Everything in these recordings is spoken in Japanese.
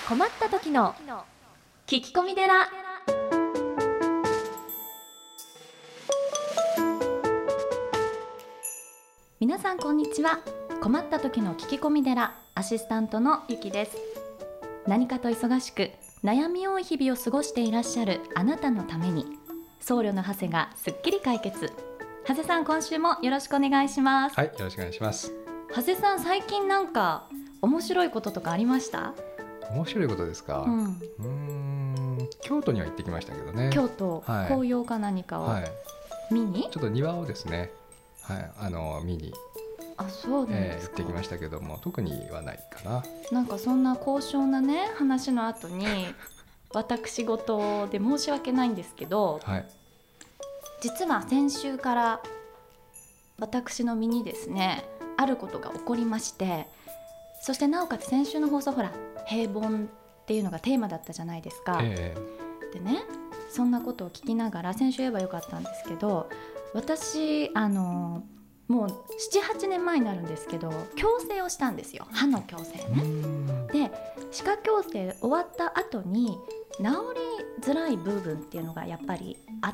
困った時の聞き込み寺。皆さんこんにちは。困った時の聞き込み寺、アシスタントのゆきです。何かと忙しく悩み多い日々を過ごしていらっしゃるあなたのために、僧侶の長谷がすっきり解決。長谷さん、今週もよろしくお願いします。 はい、よろしくお願いします。 長谷さん、最近なんか面白いこととかありました？ 面白いことですか？京都には行ってきましたけどね。 京都、はい、紅葉か何かを見に、 ちょっと庭をですね、見にそうなんですか。 行ってきましたけども、特にはないかな。 なんかそんな高尚なね話の後に私事で申し訳ないんですけど、実は先週から私の身にですね、あることが起こりまして、そしてなおかつ先週の放送、ほら平凡っていうのがテーマだったじゃないですか。でね、そんなことを聞きながら、先週言えばよかったんですけど、私もう 7,8 年前になるんですけど、矯正をしたんですよ。歯の矯正ね。で、歯科矯正終わった後に治りづらい部分っていうのがやっぱりあって、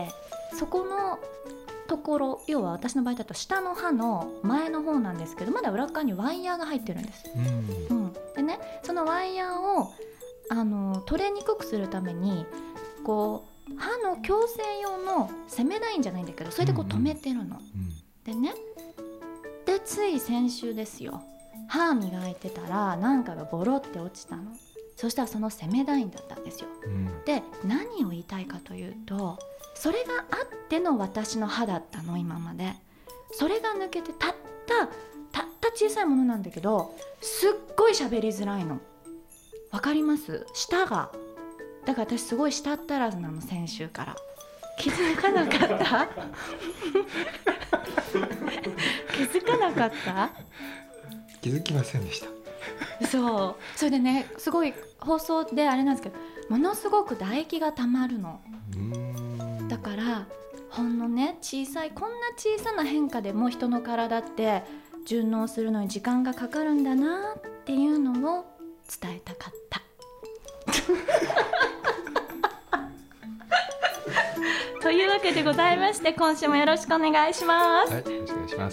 そこのところ、要は私の場合だと下の歯の前の方なんですけど、まだ裏側にワイヤーが入ってるんです。でね、そのワイヤーを取れにくくするために、こう歯の矯正用の攻めラインじゃないんだけど、それでこう止めてるの。でね、でつい先週ですよ、歯磨いてたらなんかがボロって落ちたの。そしたらその攻めラインだったんですよ。で、何を言いたいかというと、それがあっての私の歯だったの、今まで。それが抜けてたった小さいものなんだけど、すっごい喋りづらいの。わかります？舌が。だから私すごい舌ったらずなの、先週から。気づかなかった気づかなかった？ 気づきませんでした。 それでね、すごい放送であれなんですけど、ものすごく唾液がたまるの。だからほんのね、こんな小さな変化でも人の体って順応するのに時間がかかるんだなっていうのを伝えたかったというわけでございまして、今週もよろしくお願いします。 はい、よろしくお願いします。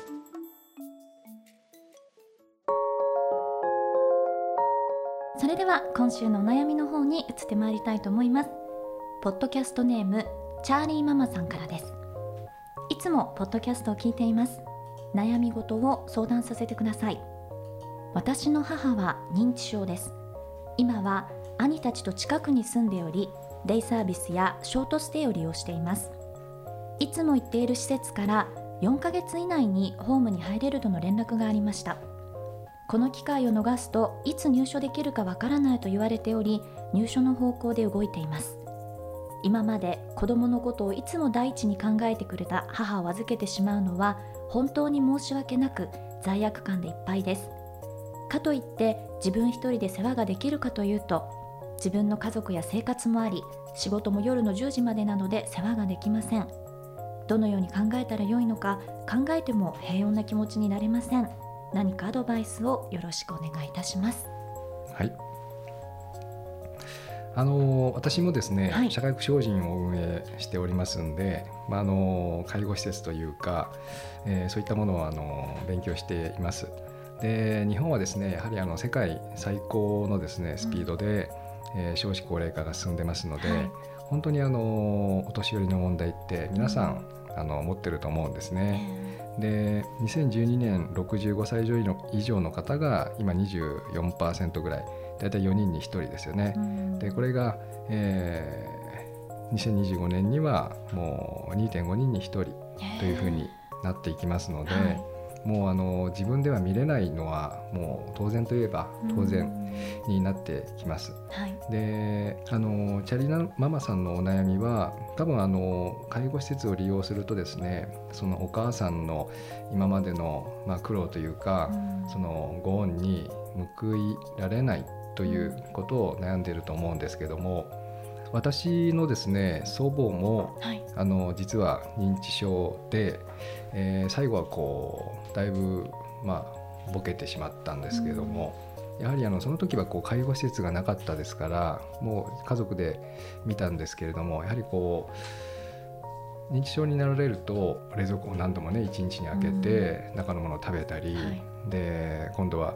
それでは今週のお悩みの方に移ってまいりたいと思います。ポッドキャストネームチャーリーママさんからです。いつもポッドキャストを聞いています。悩み事を相談させてください。私の母は認知症です。今は兄たちと近くに住んでおり、デイサービスやショートステイを利用しています。いつも行っている施設から4ヶ月以内にホームに入れるとの連絡がありました。この機会を逃すといつ入所できるかわからないと言われており、入所の方向で動いています。今まで子供のことをいつも第一に考えてくれた母を預けてしまうのは本当に申し訳なく、罪悪感でいっぱいです。かといって自分一人で世話ができるかというと、自分の家族や生活もあり、仕事も夜の10時までなので世話ができません。どのように考えたらよいのか、考えても平穏な気持ちになれません。何かアドバイスをよろしくお願いいたします。 はい、私もですね、社会福祉法人を運営しておりますんで、介護施設というか、そういったものを勉強しています。で、日本はですね、やはり世界最高のですねスピードで、少子高齢化が進んでますので、本当にお年寄りの問題って皆さん、持ってると思うんですね。で、2012年65歳以上の方が今 24% ぐらい、だいたい4人に1人ですよね。で、これが、2025年にはもう 2.5 人に1人というふうになっていきますので、もう自分では見れないのはもう当然といえば当然になってきます。で、チャリナママさんのお悩みは、多分介護施設を利用するとですね、そのお母さんの今までの、苦労というか、そのご恩に報いられないということを悩んでいると思うんですけども、私のですね祖母も、実は認知症で、最後はだいぶボケてしまったんですけども、 やはりその時は介護施設がなかったですから、もう家族で見たんですけれども、やはり認知症になられると冷蔵庫を何度もね1日に開けて中のものを食べたり、で今度は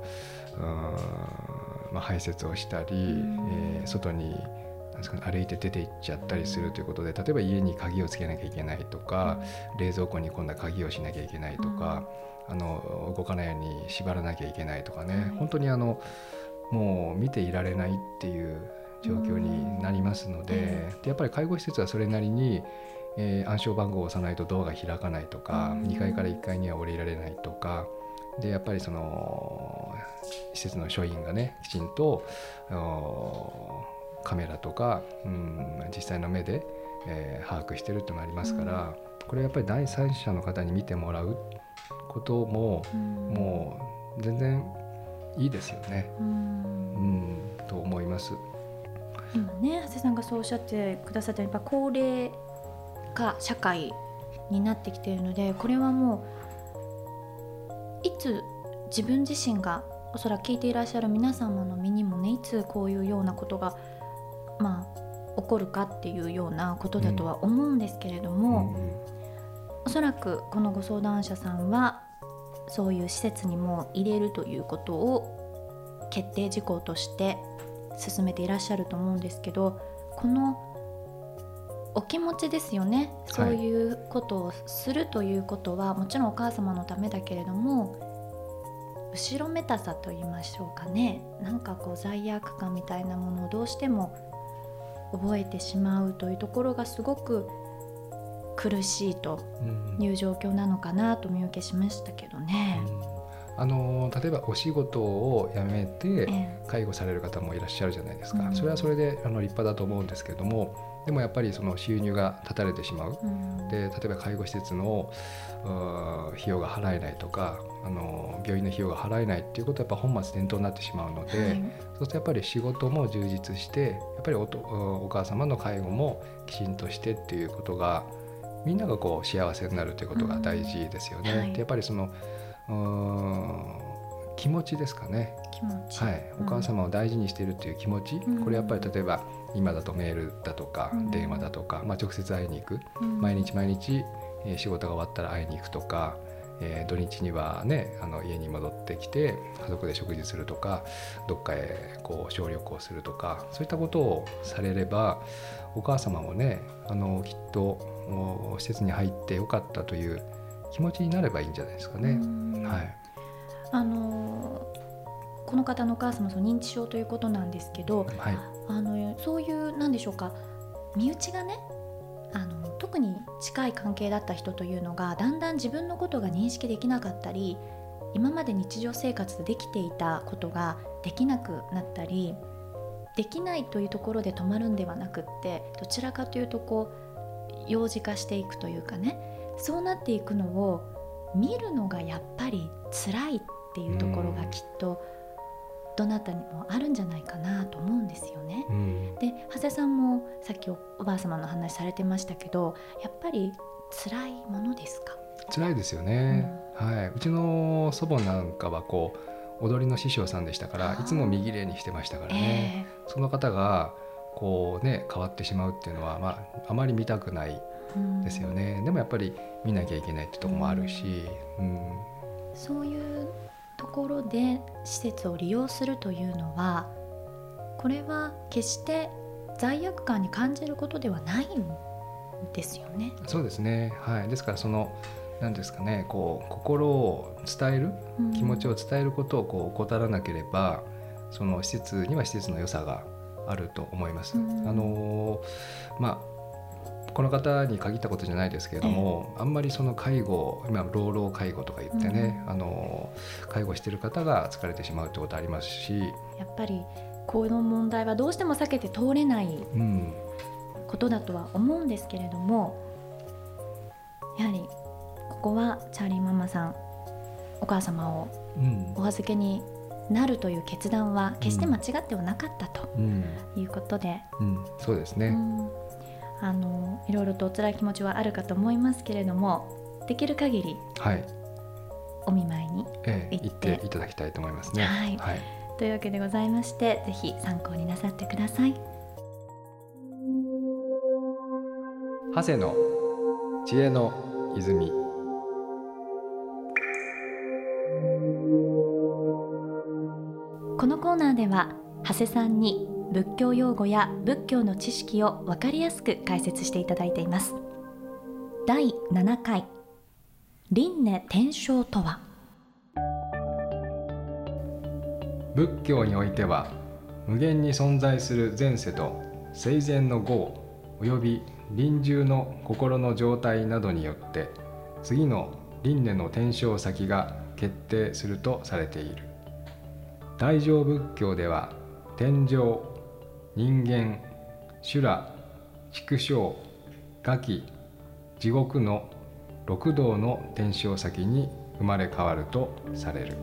排泄をしたり、外に歩いて出て行っちゃったりするということで、例えば家に鍵をつけなきゃいけないとか、冷蔵庫に今度は鍵をしなきゃいけないとか、動かないように縛らなきゃいけないとかね、本当にもう見ていられないっていう状況になりますので、やっぱり介護施設はそれなりに暗証番号を押さないとドアが開かないとか、2階から1階には降りられないとかで、やっぱりその施設の所員がねきちんとカメラとか、実際の目で、把握してるってのもありますから、これやっぱり第三者の方に見てもらうことも、もう全然いいですよね、と思います。 今ね長谷さんがそうおっしゃってくださったように、やっぱ高齢化社会になってきているので、これはもういつ自分自身が、おそらく聞いていらっしゃる皆様の身にもね、いつこういうようなことが起こるかっていうようなことだとは思うんですけれども、おそらくこのご相談者さんはそういう施設にも入れるということを決定事項として進めていらっしゃると思うんですけど、このお気持ちですよね。そういうことをするということは、もちろんお母様のためだけれども、後ろめたさと言いましょうかね、なんか罪悪感みたいなものをどうしても覚えてしまうというところがすごく苦しいという状況なのかなと見受けしましたけどね。 例えばお仕事を辞めて介護される方もいらっしゃるじゃないですか、それはそれで立派だと思うんですけれども、でもやっぱりその収入が断たれてしまう、で例えば介護施設の費用が払えないとか、病院の費用が払えないっていうことはやっぱ本末転倒になってしまうので、そうするとやっぱり仕事も充実して、やっぱり お母様の介護もきちんとしてっていうことが、みんなが幸せになるということが大事ですよね。でやっぱりその気持ちですかね。お母様を大事にしているという気持ち、これやっぱり例えば今だとメールだとか電話だとか、直接会いに行く、毎日毎日仕事が終わったら会いに行くとか、土日にはね家に戻ってきて家族で食事するとか、どっかへ小旅行するとか、そういったことをされれば、お母様もねきっと施設に入ってよかったという気持ちになればいいんじゃないですかね。 この方のお母様、認知症ということなんですけど、そういう何でしょうか、身内がね特に近い関係だった人というのがだんだん自分のことが認識できなかったり、今まで日常生活でできていたことができなくなったり、できないというところで止まるんではなくって、どちらかというと幼児化していくというかね、そうなっていくのを見るのがやっぱり辛いっていうところがきっとどなたにもあるんじゃないかなと思うんですよね。で長谷さんもさっき おばあ様の話されてましたけど、やっぱり辛いものですか？ 辛いですよね、うちの祖母なんかは踊りの師匠さんでしたから、いつも身ぎれいにしてましたからね、その方が変わってしまうっていうのは、あまり見たくないですよね。でもやっぱり見なきゃいけないってところもあるし、 そういうところで施設を利用するというのは、これは決して罪悪感に感じることではないんですよね。 そうですね、ですから何ですかね、心を伝える、気持ちを伝えることを怠らなければ、その施設には施設の良さがあると思います。この方に限ったことじゃないですけれども、あんまりその介護、今老老介護とか言ってね、介護してる方が疲れてしまうってことありますし、 やっぱりこの問題はどうしても避けて通れないことだとは思うんですけれども、やはりここはチャーリーママさん、お母様をお預けになるという決断は決して間違ってはなかったということで、 そうですね、 いろいろとお辛い気持ちはあるかと思いますけれども、できる限りお見舞いに行っていただきたいと思いますね。 というわけでございまして、ぜひ参考になさってください。 長谷の知恵の泉。 このコーナーでは長谷さんに仏教用語や仏教の知識を分かりやすく解説していただいています。第7回、輪廻転生とは。 仏教においては無限に存在する前世と生前の業および臨終の心の状態などによって次の輪廻の転生先が決定するとされている。大乗仏教では天上、人間、修羅、畜生、餓鬼、地獄の六道の転生先に生まれ変わるとされる。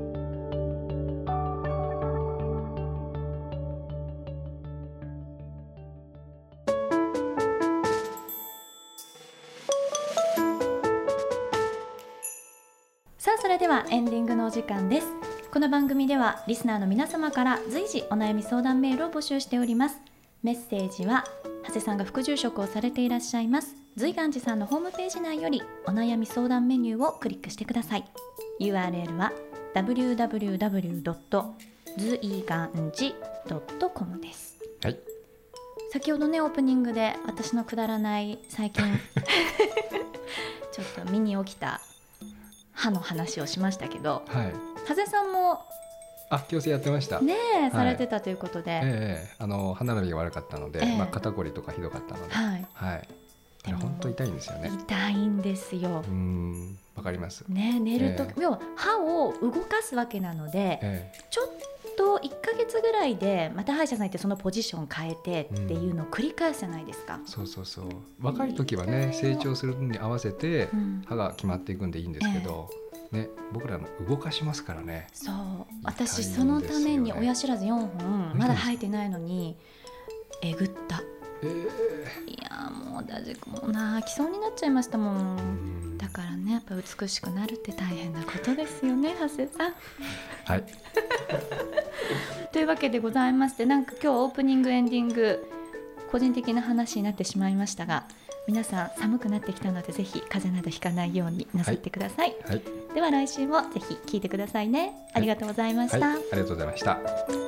さあ、それではエンディングのお時間です。この番組ではリスナーの皆様から随時お悩み相談メールを募集しております。メッセージは長谷さんが副住職をされていらっしゃいます随願寺さんのホームページ内よりお悩み相談メニューをクリックしてください。 URL は www.zuiganji.com です。 はい、 先ほどね、オープニングで私のくだらない最近ちょっと身に起きた歯の話をしましたけど、 はい、 長谷さんも矯正やってましたね、されてたということで、 歯並びが悪かったので、肩こりとかひどかったので、本当痛いんですよね。 痛いんですよ。 わかりますね。寝ると、要は歯を動かすわけなので、ちょっと1ヶ月ぐらいでまた歯医者さん行ってそのポジション変えてっていうのを繰り返すじゃないですか。 そう若い時はね、成長するのに合わせて歯が決まっていくんでいいんですけど、僕らの動かしますからね。 そう、私そのために親知らず4本まだ生えてないのにえぐった。いやもうもう泣きそうになっちゃいましたもん。だからね、やっぱ美しくなるって大変なことですよね、長谷さん。 はいというわけでございまして、なんか今日オープニングエンディング個人的な話になってしまいましたが、皆さん寒くなってきたのでぜひ風邪などひかないようになさってください。では来週もぜひ聞いてくださいね。ありがとうございました。 ありがとうございました。